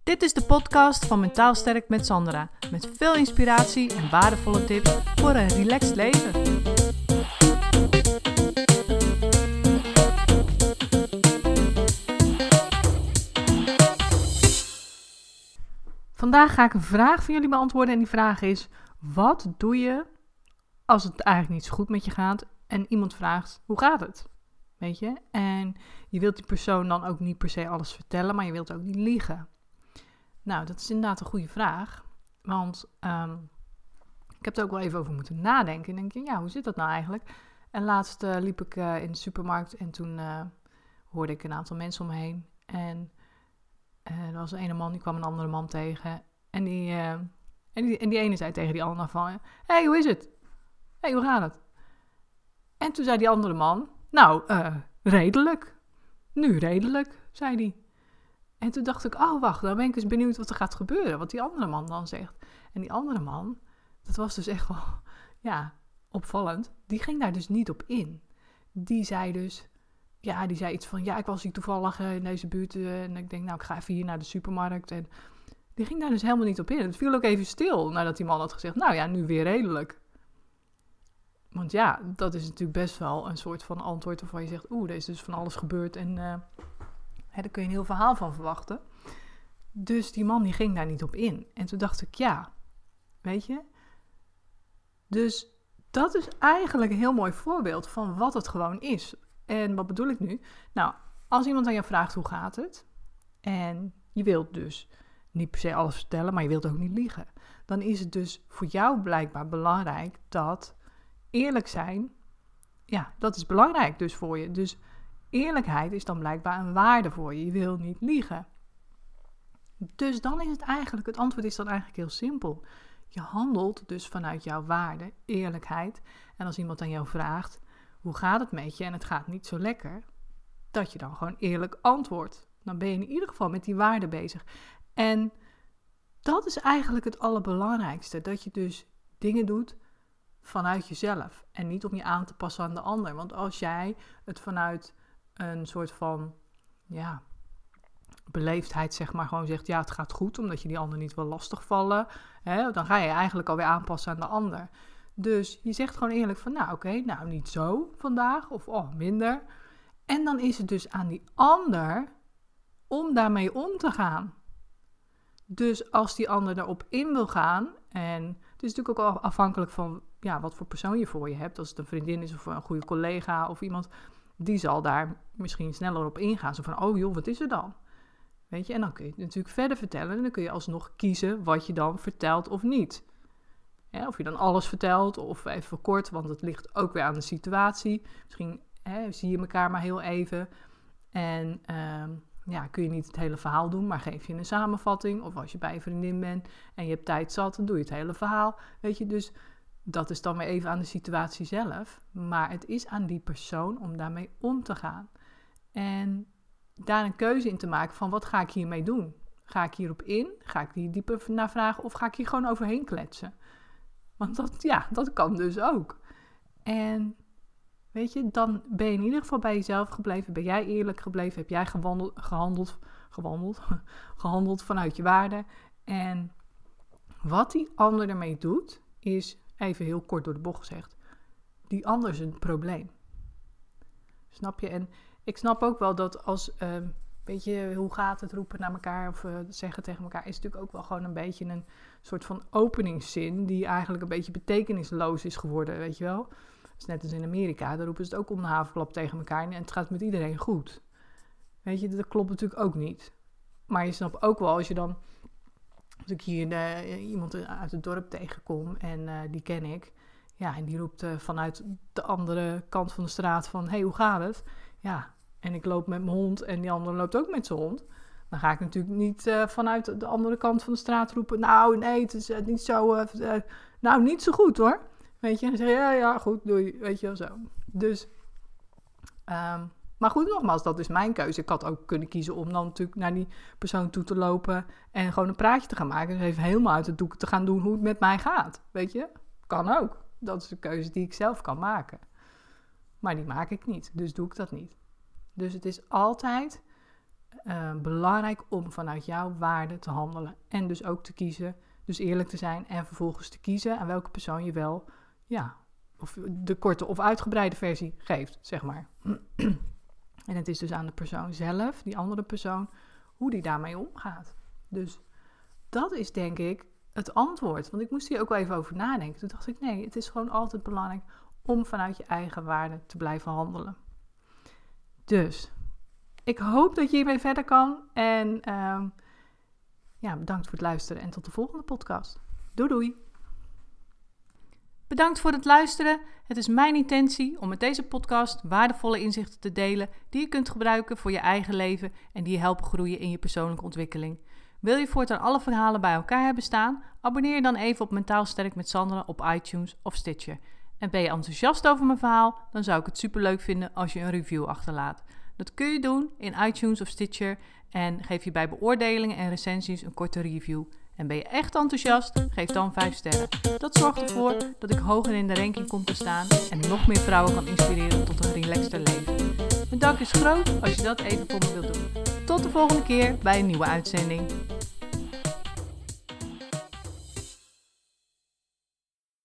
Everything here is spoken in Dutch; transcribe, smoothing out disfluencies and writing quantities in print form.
Dit is de podcast van Mentaal Sterk met Sandra. Met veel inspiratie en waardevolle tips voor een relaxed leven. Vandaag ga ik een vraag van jullie beantwoorden. En die vraag is: wat doe je als het eigenlijk niet zo goed met je gaat en iemand vraagt, hoe gaat het? Weet je? En je wilt die persoon dan ook niet per se alles vertellen, maar je wilt ook niet liegen. Nou, dat is inderdaad een goede vraag. Want ik heb er ook wel even over moeten nadenken. En denk je, ja, hoe zit dat nou eigenlijk? En laatst liep ik in de supermarkt en toen hoorde ik een aantal mensen om me heen. En er was een ene man, die kwam een andere man tegen. En die ene zei tegen die ander van, hey, hoe is het? Hey, hoe gaat het? En toen zei die andere man, nou, redelijk. Nu redelijk, zei hij. En toen dacht ik, oh wacht, dan ben ik eens benieuwd wat er gaat gebeuren. Wat die andere man dan zegt. En die andere man, dat was dus echt wel, ja, opvallend. Die ging daar dus niet op in. Die zei dus, ja, die zei iets van, ja, ik was hier toevallig in deze buurt. En ik denk, nou, ik ga even hier naar de supermarkt. En die ging daar dus helemaal niet op in. Het viel ook even stil nadat die man had gezegd, nou ja, nu weer redelijk. Want ja, dat is natuurlijk best wel een soort van antwoord waarvan je zegt, er is dus van alles gebeurd en daar kun je een heel verhaal van verwachten. Dus die man die ging daar niet op in. En toen dacht ik, ja, weet je. Dus dat is eigenlijk een heel mooi voorbeeld van wat het gewoon is. En wat bedoel ik nu? Nou, als iemand aan je vraagt hoe gaat het, en je wilt dus niet per se alles vertellen, maar je wilt ook niet liegen, dan is het dus voor jou blijkbaar belangrijk dat eerlijk zijn, ja, dat is belangrijk dus voor je. Dus eerlijkheid is dan blijkbaar een waarde voor je. Je wil niet liegen. Dus dan is het antwoord is dan eigenlijk heel simpel. Je handelt dus vanuit jouw waarde, eerlijkheid. En als iemand aan jou vraagt, hoe gaat het met je? En het gaat niet zo lekker, dat je dan gewoon eerlijk antwoordt. Dan ben je in ieder geval met die waarde bezig. En dat is eigenlijk het allerbelangrijkste. Dat je dus dingen doet vanuit jezelf. En niet om je aan te passen aan de ander. Want als jij het vanuit een soort van, ja, beleefdheid, zeg maar, gewoon zegt, ja, het gaat goed, omdat je die ander niet wil lastigvallen, dan ga je eigenlijk alweer aanpassen aan de ander. Dus je zegt gewoon eerlijk van, nou, oké, nou, niet zo vandaag, of minder. En dan is het dus aan die ander om daarmee om te gaan. Dus als die ander erop in wil gaan, en het is natuurlijk ook al afhankelijk van, ja, wat voor persoon je voor je hebt. Als het een vriendin is of een goede collega of iemand, die zal daar misschien sneller op ingaan. Zo van, oh joh, wat is er dan? Weet je, en dan kun je het natuurlijk verder vertellen. En dan kun je alsnog kiezen wat je dan vertelt of niet. Ja, of je dan alles vertelt of even kort, want het ligt ook weer aan de situatie. Misschien zie je elkaar maar heel even. En kun je niet het hele verhaal doen, maar geef je een samenvatting. Of als je bij een vriendin bent en je hebt tijd zat, dan doe je het hele verhaal. Weet je, dus dat is dan weer even aan de situatie zelf. Maar het is aan die persoon om daarmee om te gaan. En daar een keuze in te maken van, wat ga ik hiermee doen? Ga ik hierop in? Ga ik hier dieper naar vragen? Of ga ik hier gewoon overheen kletsen? Want dat kan dus ook. En weet je, dan ben je in ieder geval bij jezelf gebleven. Ben jij eerlijk gebleven? Heb jij gehandeld vanuit je waarde? En wat die ander ermee doet, is, even heel kort door de bocht gezegd, die ander is een probleem. Snap je? En ik snap ook wel dat als, weet je, hoe gaat het roepen naar elkaar of zeggen tegen elkaar, is natuurlijk ook wel gewoon een beetje een soort van openingszin die eigenlijk een beetje betekenisloos is geworden, weet je wel. Dat is net als in Amerika, daar roepen ze het ook om de haverklap tegen elkaar en het gaat met iedereen goed. Weet je, dat klopt natuurlijk ook niet. Maar je snapt ook wel, als ik hier iemand uit het dorp tegenkom en die ken ik, ja, en die roept vanuit de andere kant van de straat van, hey, hoe gaat het? Ja, en ik loop met mijn hond en die andere loopt ook met zijn hond. Dan ga ik natuurlijk niet vanuit de andere kant van de straat roepen, nou, nee, het is niet zo, nou, niet zo goed hoor. Weet je, en dan zeg je, ja, goed, doei, weet je wel zo. Dus, maar goed, nogmaals, dat is mijn keuze. Ik had ook kunnen kiezen om dan natuurlijk naar die persoon toe te lopen en gewoon een praatje te gaan maken. Dus even helemaal uit het doek te gaan doen hoe het met mij gaat, weet je. Kan ook. Dat is een keuze die ik zelf kan maken. Maar die maak ik niet, dus doe ik dat niet. Dus het is altijd belangrijk om vanuit jouw waarde te handelen. En dus ook te kiezen, dus eerlijk te zijn en vervolgens te kiezen aan welke persoon je wel, of de korte of uitgebreide versie geeft, zeg maar. En het is dus aan de persoon zelf, die andere persoon, hoe die daarmee omgaat. Dus dat is denk ik het antwoord. Want ik moest hier ook wel even over nadenken. Toen dacht ik, nee, het is gewoon altijd belangrijk om vanuit je eigen waarde te blijven handelen. Dus ik hoop dat je hiermee verder kan. En bedankt voor het luisteren en tot de volgende podcast. Doei doei! Bedankt voor het luisteren. Het is mijn intentie om met deze podcast waardevolle inzichten te delen die je kunt gebruiken voor je eigen leven en die je helpen groeien in je persoonlijke ontwikkeling. Wil je voortaan alle verhalen bij elkaar hebben staan? Abonneer je dan even op Mentaal Sterk met Sandra op iTunes of Stitcher. En ben je enthousiast over mijn verhaal? Dan zou ik het superleuk vinden als je een review achterlaat. Dat kun je doen in iTunes of Stitcher en geef je bij beoordelingen en recensies een korte review. En ben je echt enthousiast? Geef dan 5 sterren. Dat zorgt ervoor dat ik hoger in de ranking kom te staan en nog meer vrouwen kan inspireren tot een relaxter leven. Mijn dank is groot als je dat even voor me wilt doen. Tot de volgende keer bij een nieuwe uitzending.